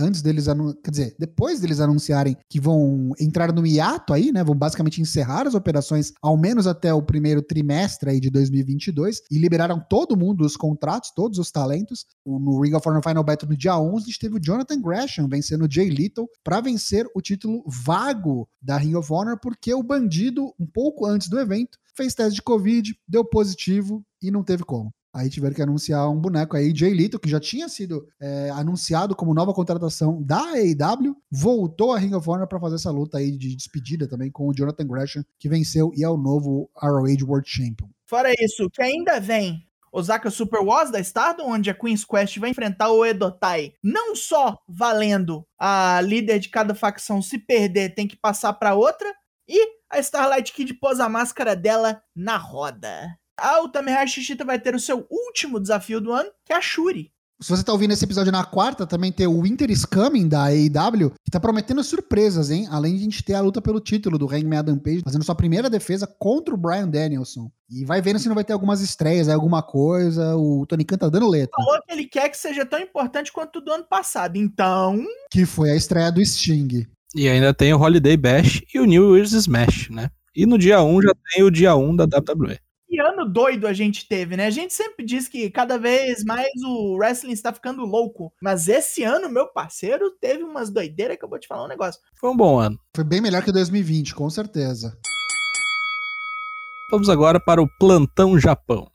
depois deles anunciarem que vão entrar no hiato aí, né, vão basicamente encerrar as operações ao menos até o primeiro trimestre aí de 2022 e liberaram todo mundo os contratos, todos os talentos. No Ring of Honor Final Battle no dia 11, a gente teve o Jonathan Gresham vencendo o Jay Little para vencer o título vago da Ring of Honor, porque o Bandido, um pouco antes do evento, fez teste de Covid, deu positivo e não teve como. Aí tiveram que anunciar um boneco aí, Jay Little, que já tinha sido anunciado como nova contratação da AEW, voltou a Ring of Honor para fazer essa luta aí de despedida também com o Jonathan Gresham, que venceu e é o novo ROH World Champion. Fora isso, que ainda vem Osaka Super Wars da Stardom, onde a Queen's Quest vai enfrentar o Edotai, não só valendo a líder de cada facção se perder, tem que passar para outra, e a Starlight Kid pôs a máscara dela na roda. A Utami Hayashishita vai ter o seu último desafio do ano, que é a Shuri. Se você tá ouvindo esse episódio na quarta, também tem o Winter is Coming da AEW, que tá prometendo surpresas, hein? Além de a gente ter a luta pelo título do Hangman Adam Page, fazendo sua primeira defesa contra o Bryan Danielson. E vai vendo se não vai ter algumas estreias, alguma coisa. O Tony Khan tá dando letra. Falou que ele quer que seja tão importante quanto o do ano passado, então... Que foi a estreia do Sting. E ainda tem o Holiday Bash e o New Year's Smash, né? E no dia 1 já tem o dia 1 da WWE. Que ano doido a gente teve, né? A gente sempre diz que cada vez mais o wrestling está ficando louco. Mas esse ano, meu parceiro, teve umas doideiras que eu vou te falar um negócio. Foi um bom ano. Foi bem melhor que 2020, com certeza. Vamos agora para o Plantão Japão.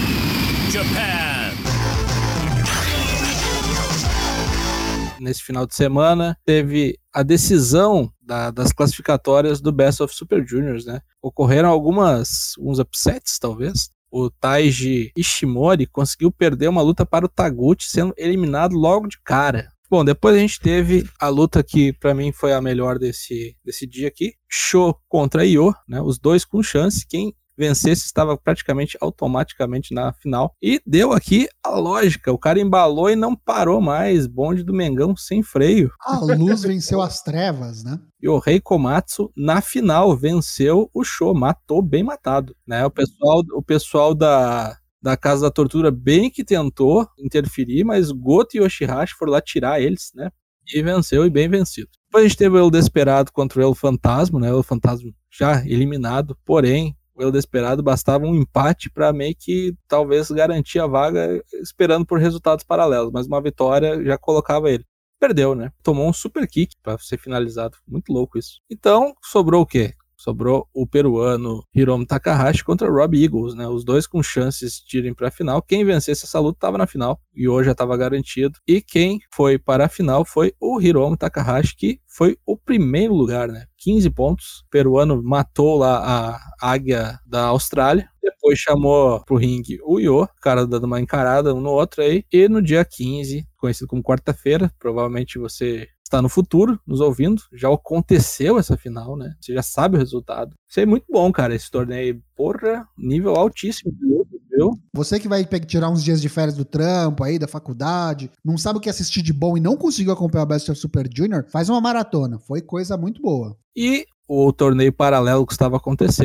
Nesse final de semana, teve a decisão das classificatórias do Best of Super Juniors, né? Ocorreram uns upsets, talvez. O Taiji Ishimori conseguiu perder uma luta para o Taguchi, sendo eliminado logo de cara. Bom, depois a gente teve a luta que pra mim foi a melhor desse dia aqui. Sho contra Io, né? Os dois com chance. Quem vencesse estava praticamente automaticamente na final. E deu aqui a lógica. O cara embalou e não parou mais. Bonde do Mengão sem freio. A luz venceu as trevas, né? E o Rei Komatsu, na final, venceu o Sho. Matou bem matado, né? O pessoal da Casa da Tortura bem que tentou interferir, mas Goto e Yoshihashi foram lá tirar eles, né? E venceu, e bem vencido. Depois a gente teve o El Desperado contra o El Fantasma, né? O El Fantasma já eliminado, porém o El Desperado bastava um empate para meio que talvez garantir a vaga, esperando por resultados paralelos, mas uma vitória já colocava ele. Perdeu, né? Tomou um super kick para ser finalizado. Muito louco isso. Então, sobrou o quê? Sobrou o peruano Hiromu Takahashi contra o Robbie Eagles, né? Os dois com chances de irem para a final. Quem vencesse essa luta estava na final. E hoje já estava garantido. E quem foi para a final foi o Hiromu Takahashi, que foi o primeiro lugar, né? 15 pontos. O peruano matou lá a águia da Austrália. Depois chamou pro ringue o Io, o cara dando uma encarada um no outro aí. E no dia 15, conhecido como quarta-feira, provavelmente você está no futuro, nos ouvindo, já aconteceu essa final, né? Você já sabe o resultado. Isso é muito bom, cara, esse torneio. Porra, nível altíssimo, viu? Você que vai tirar uns dias de férias do trampo aí, da faculdade, não sabe o que assistir de bom e não conseguiu acompanhar o Best of Super Junior, faz uma maratona. Foi coisa muito boa. E o torneio paralelo que estava acontecendo,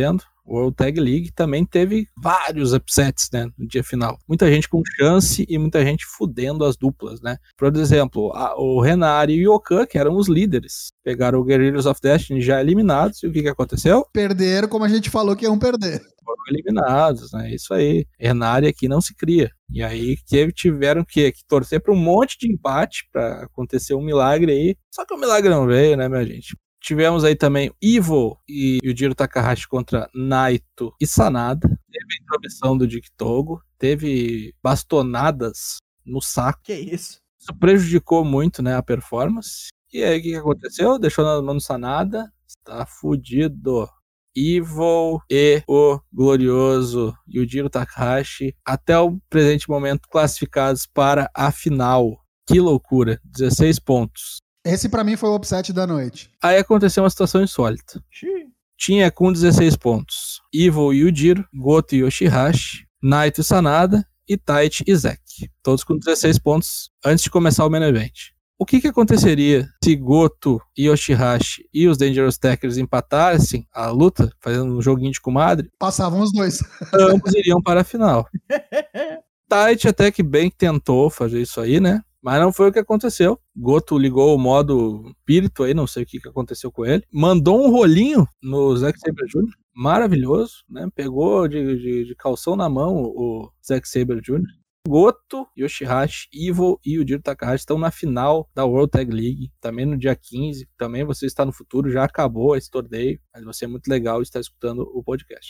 O World Tag League também teve vários upsets, né, no dia final. Muita gente com chance e muita gente fudendo as duplas, né. Por exemplo, o Renari e o Yokan, que eram os líderes, pegaram o Guerrillas of Destiny já eliminados, e o que aconteceu? Perderam como a gente falou que iam perder. Foram eliminados, né, isso aí. Renari aqui não se cria. E aí tiveram que torcer para um monte de empate para acontecer um milagre aí. Só que o milagre não veio, né, minha gente? Tivemos aí também Evil e Yujiro Takahashi contra Naito e Sanada. Teve a intromissão do Dick Togo. Teve bastonadas no saco. Que isso? Isso prejudicou muito, né, a performance. E aí o que aconteceu? Deixou na mão do Sanada. Está fudido. Evil e o glorioso Yujiro Takahashi até o presente momento classificados para a final. Que loucura. 16 pontos. Esse pra mim foi o upset da noite. Aí aconteceu uma situação insólita. Tinha com 16 pontos Evil e Yujiro, Goto e Yoshihashi, Naito e Sanada e Taichi e Zack. Todos com 16 pontos antes de começar o main event. O que aconteceria se Goto, Yoshihashi e os Dangerous Tekkers empatassem a luta, fazendo um joguinho de comadre? Passavam os dois. Ambos iriam para a final. Taichi até que bem tentou fazer isso aí, né? Mas não foi o que aconteceu. Goto ligou o modo espírito aí, não sei o que aconteceu com ele. Mandou um rolinho no Zack Sabre Jr., maravilhoso, né? Pegou de calção na mão o Zack Sabre Jr. Goto, Yoshihashi, Evil e Yujiro Takahashi estão na final da World Tag League, também no dia 15. Também você está no futuro, já acabou esse torneio, mas você é muito legal estar escutando o podcast.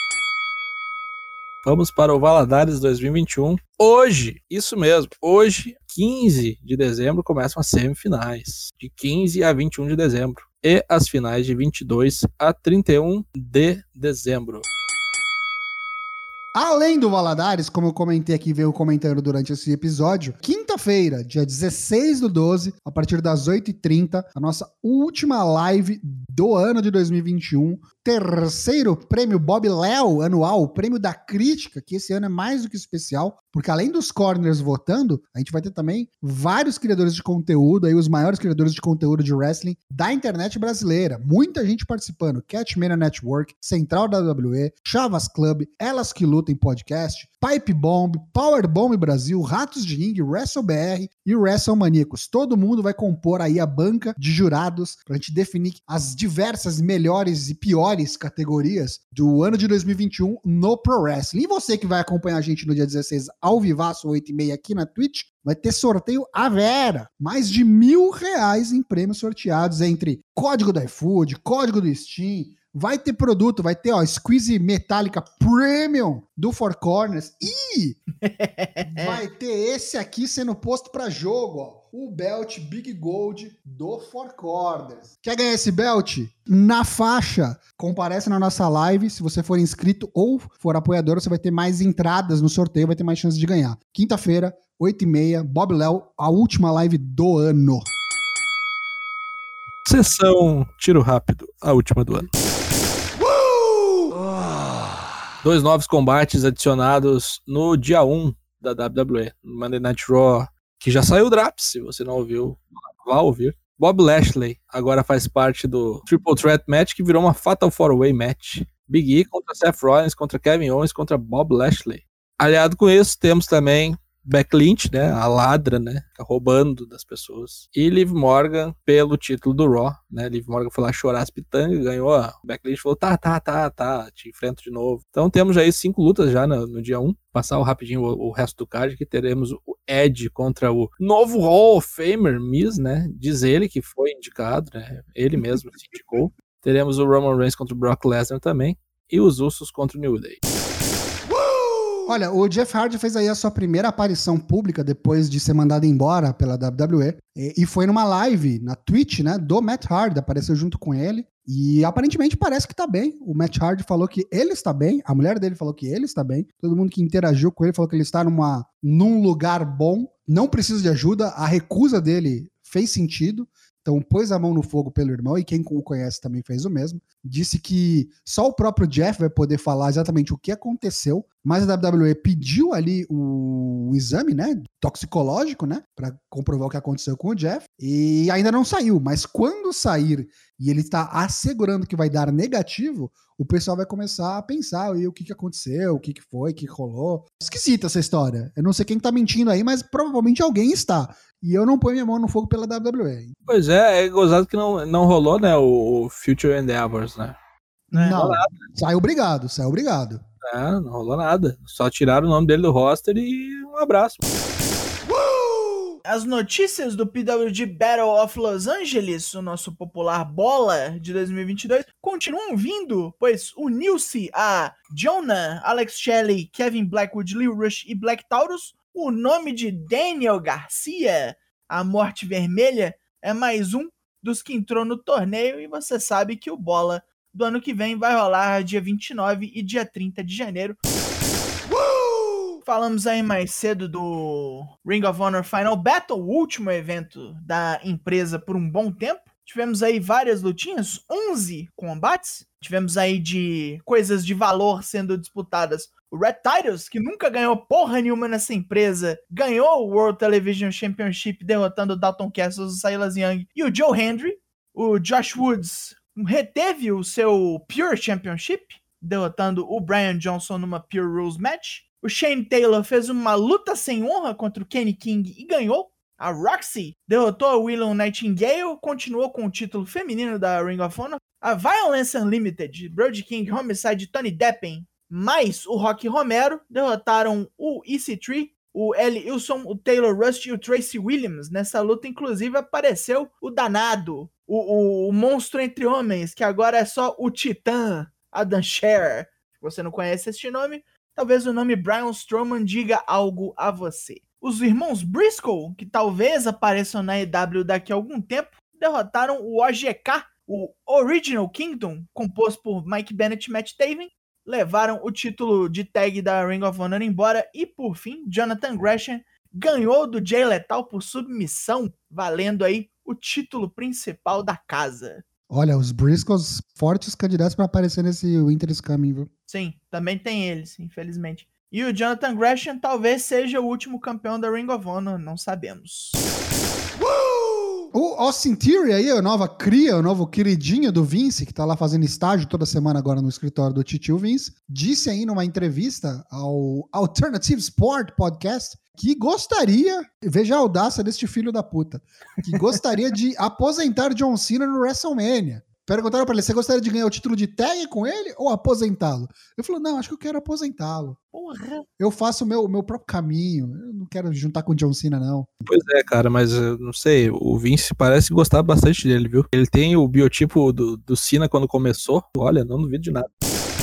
Vamos para o Valadares 2021. Hoje, isso mesmo, hoje, 15 de dezembro, começam as semifinais, de 15 a 21 de dezembro, e as finais de 22 a 31 de dezembro. Além do Valadares, como eu comentei aqui, veio comentando durante esse episódio, quinta-feira, dia 16/12, a partir das 8h30, a nossa última live do ano de 2021, terceiro prêmio Bob Léo anual, o prêmio da crítica, que esse ano é mais do que especial, porque além dos corners votando, a gente vai ter também vários criadores de conteúdo, aí os maiores criadores de conteúdo de wrestling da internet brasileira. Muita gente participando. Catchmania Network, Central da WWE, Chavas Club, Elas que Lutem Podcast, Pipe Bomb, Power Bomb Brasil, Ratos de Ring, WrestleBR e WrestleManíacos. Todo mundo vai compor aí a banca de jurados pra gente definir as diversas melhores e piores categorias do ano de 2021 no Pro Wrestling. E você que vai acompanhar a gente no dia 16 ao vivaço, 8h30 aqui na Twitch, vai ter sorteio à vera. Mais de R$1.000 em prêmios sorteados entre código do iFood, código do Steam. Vai ter produto, vai ter, Squeeze Metallica Premium do Four Corners e vai ter esse aqui sendo posto pra jogo, o Belt Big Gold do Four Corners. Quer ganhar esse Belt? Na faixa, comparece na nossa live. Se você for inscrito ou for apoiador, você vai ter mais entradas no sorteio, vai ter mais chances de ganhar. Quinta-feira, 8h30, Bob Léo, a última live do ano. Sessão Tiro Rápido, a última do ano. 2 novos combates adicionados no dia 1 da WWE, no Monday Night Raw, que já saiu o Draps, se você não ouviu, vá ouvir. Bob Lashley agora faz parte do Triple Threat Match, que virou uma Fatal 4-Way Match. Big E contra Seth Rollins, contra Kevin Owens, contra Bob Lashley. Aliado com isso, temos também Becky Lynch, né, a ladra, né, fica roubando das pessoas. E Liv Morgan pelo título do Raw, né, Liv Morgan foi lá chorar as pitangas, ganhou, a Becky Lynch falou, tá, te enfrento de novo. Então temos aí 5 lutas já no dia 1, passar rapidinho o resto do card, que teremos o Edge contra o novo Hall of Famer, Miz, né, diz ele que foi indicado, né, ele mesmo se indicou. Teremos o Roman Reigns contra o Brock Lesnar também, e os Usos contra o New Day. Olha, o Jeff Hardy fez aí a sua primeira aparição pública depois de ser mandado embora pela WWE e foi numa live na Twitch, né, do Matt Hardy, apareceu junto com ele e aparentemente parece que tá bem. O Matt Hardy falou que ele está bem, a mulher dele falou que ele está bem, todo mundo que interagiu com ele falou que ele está num lugar bom, não precisa de ajuda, a recusa dele fez sentido Então pôs a mão no fogo pelo irmão, e quem o conhece também fez o mesmo. Disse que só o próprio Jeff vai poder falar exatamente o que aconteceu, mas a WWE pediu ali um exame, né, toxicológico, né, para comprovar o que aconteceu com o Jeff, e ainda não saiu, mas quando sair e ele está assegurando que vai dar negativo, o pessoal vai começar a pensar e o que aconteceu, o que foi, o que rolou. Esquisita essa história. Eu não sei quem tá mentindo aí, mas provavelmente alguém está. E eu não ponho minha mão no fogo pela WWE. Pois é gozado que não rolou, né, o Future Endeavors, né? Não, saiu obrigado. Não rolou nada. Só tiraram o nome dele do roster e um abraço. As notícias do PWG Battle of Los Angeles, o nosso popular Bola de 2022, continuam vindo, pois uniu-se a Jonah, Alex Shelley, Kevin Blackwood, Leo Rush e Black Taurus. O nome de Daniel Garcia, a Morte Vermelha, é mais um dos que entrou no torneio, e você sabe que o Bola do ano que vem vai rolar dia 29 e dia 30 de janeiro. Falamos aí mais cedo do Ring of Honor Final Battle, o último evento da empresa por um bom tempo. Tivemos aí várias lutinhas, 11 combates. Tivemos aí de coisas de valor sendo disputadas. O Red Titles, que nunca ganhou porra nenhuma nessa empresa, ganhou o World Television Championship, derrotando o Dalton Castle, o Silas Young e o Joe Hendry. O Josh Woods reteve o seu Pure Championship, derrotando o Brian Johnson numa Pure Rules match. O Shane Taylor fez uma luta sem honra contra o Kenny King e ganhou. A Roxy derrotou a Willow Nightingale, continuou com o título feminino da Ring of Honor. A Violence Unlimited, Brody King, Homicide e Tony Deppen, mais o Rocky Romero, derrotaram o EC3, o Eli Wilson, o Taylor Rust e o Tracy Williams. Nessa luta, inclusive, apareceu o danado, o monstro entre homens, que agora é só o Titã, Adam Scherr. Se você não conhece este nome, talvez o nome Braun Strowman diga algo a você. Os irmãos Briscoe, que talvez apareçam na EW daqui a algum tempo, derrotaram o OGK, o Original Kingdom, composto por Mike Bennett e Matt Taven, levaram o título de tag da Ring of Honor embora e, por fim, Jonathan Gresham ganhou do Jay Lethal por submissão, valendo aí o título principal da casa. Olha, os Briscoes fortes candidatos para aparecer nesse Winter is Coming, viu? Sim, também tem eles, infelizmente. E o Jonathan Gresham talvez seja o último campeão da Ring of Honor, não sabemos. O Austin Theory aí, a nova cria, o novo queridinho do Vince, que tá lá fazendo estágio toda semana agora no escritório do titio Vince, disse aí numa entrevista ao Alternative Sport Podcast que gostaria, veja a audácia deste filho da puta, que gostaria de aposentar John Cena no WrestleMania. Perguntaram pra ele, você gostaria de ganhar o título de tag com ele ou aposentá-lo? Eu falei, não, acho que eu quero aposentá-lo. Porra. Eu faço o meu próprio caminho, eu não quero juntar com o John Cena, não. Pois é, cara, mas eu não sei, o Vince parece gostar bastante dele, viu? Ele tem o biotipo do Cena quando começou, olha, não duvido de nada.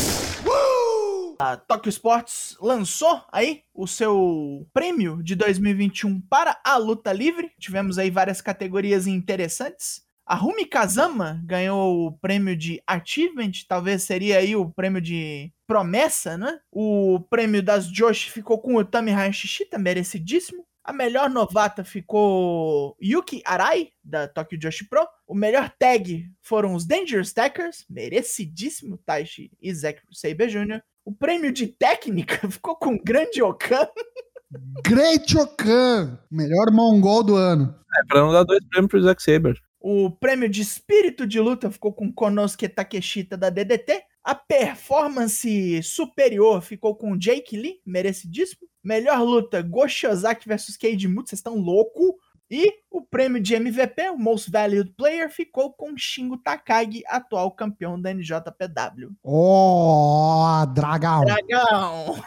A Tokyo Sports lançou aí o seu prêmio de 2021 para a luta livre. Tivemos aí várias categorias interessantes. A Rumi Kazama ganhou o prêmio de Achievement, talvez seria aí o prêmio de promessa, né? O prêmio das Josh ficou com o Tami Hayashishita, merecidíssimo. A melhor novata ficou Yuki Arai, da Tokyo Joshi Pro. O melhor tag foram os Dangerous Tackers, merecidíssimo, Taishi e Zack Sabre Jr. O prêmio de técnica ficou com o Grande Okan. Great Okan, melhor mongol do ano. Pra não dar 2 prêmios pro Zack Sabre. O prêmio de espírito de luta ficou com Konosuke Takeshita da DDT. A performance superior ficou com Jake Lee, merecidíssimo. Melhor luta, Go Shiozaki vs Keiji Muto, vocês estão loucos. E o prêmio de MVP, o Most Valued Player, ficou com Shingo Takagi, atual campeão da NJPW. Oh, dragão! Dragão!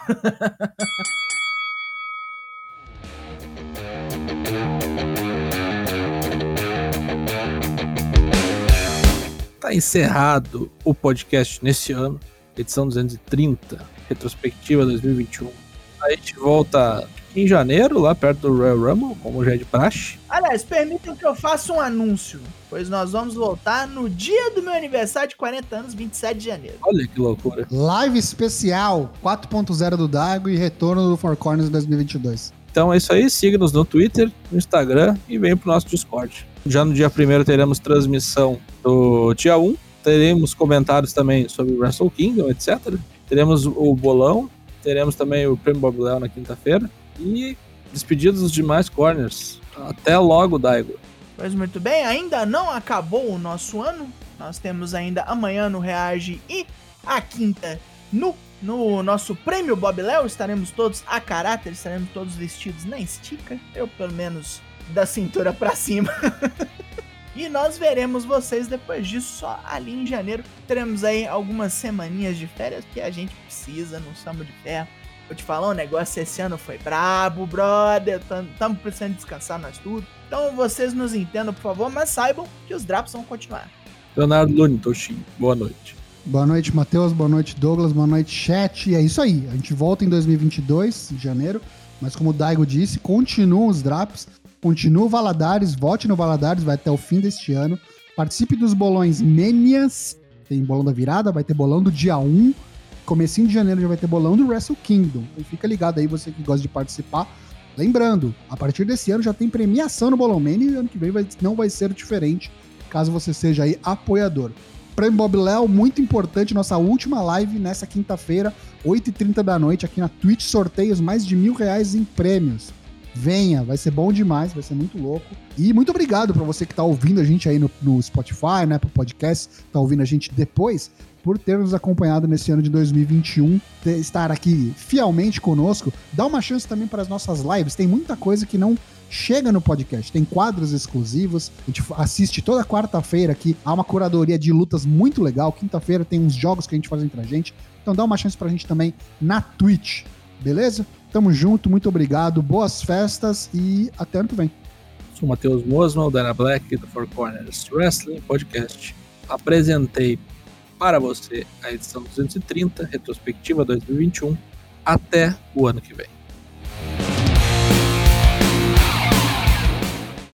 Tá encerrado o podcast nesse ano, edição 230, retrospectiva 2021. A gente volta em janeiro, lá perto do Royal Rumble, como já é de praxe. Aliás, permitam que eu faça um anúncio, pois nós vamos voltar no dia do meu aniversário de 40 anos, 27 de janeiro. Olha que loucura. Live especial 4.0 do Dago e retorno do Four Corners 2022. Então é isso aí, siga-nos no Twitter, no Instagram e venha pro nosso Discord. Já no dia 1º teremos transmissão do dia 1, teremos comentários também sobre o Wrestle Kingdom, etc. Teremos o bolão, teremos também o Prêmio Bob Léo na quinta-feira e despedidos dos demais corners. Até logo, Daigo. Pois muito bem, ainda não acabou o nosso ano. Nós temos ainda amanhã no Reage e a quinta no nosso Prêmio Bob Léo. Estaremos todos a caráter, estaremos todos vestidos na estica. Eu, pelo menos, da cintura pra cima. E nós veremos vocês depois disso só ali em janeiro. Teremos aí algumas semaninhas de férias que a gente precisa, não somos de ferro. Vou te falar, o negócio esse ano foi brabo, brother. Estamos precisando descansar nós tudo. Então vocês nos entendam, por favor, mas saibam que os drops vão continuar. Leonardo Lune, Toshin, boa noite. Boa noite, Matheus. Boa noite, Douglas. Boa noite, chat. E é isso aí. A gente volta em 2022, em janeiro. Mas como o Daigo disse, continuam os drops. Continua o Valadares. Vote no Valadares. Vai até o fim deste ano. Participe dos bolões Manias. Tem bolão da virada. Vai ter bolão do dia 1. Comecinho de janeiro já vai ter bolão do Wrestle Kingdom. Então fica ligado aí, você que gosta de participar. Lembrando, a partir desse ano já tem premiação no Bolão Mania. E ano que vem não vai ser diferente, caso você seja aí apoiador. Prêmio Bob Léo, muito importante, nossa última live nessa quinta-feira, 8h30 da noite, aqui na Twitch, sorteios, mais de R$1.000 em prêmios. Venha, vai ser bom demais, vai ser muito louco. E muito obrigado pra você que tá ouvindo a gente aí no Spotify, né, pro podcast, tá ouvindo a gente depois, por ter nos acompanhado nesse ano de 2021, estar aqui fielmente conosco. Dá uma chance também para as nossas lives, tem muita coisa que não chega no podcast, tem quadros exclusivos, a gente assiste toda quarta-feira aqui, há uma curadoria de lutas muito legal, quinta-feira tem uns jogos que a gente faz entre a gente, então dá uma chance pra gente também na Twitch, beleza? Tamo junto, muito obrigado, boas festas e até ano que vem. Sou o Matheus Mosman, o Dana Black do Four Corners Wrestling Podcast. Apresentei para você a edição 230, retrospectiva 2021. Até o ano que vem.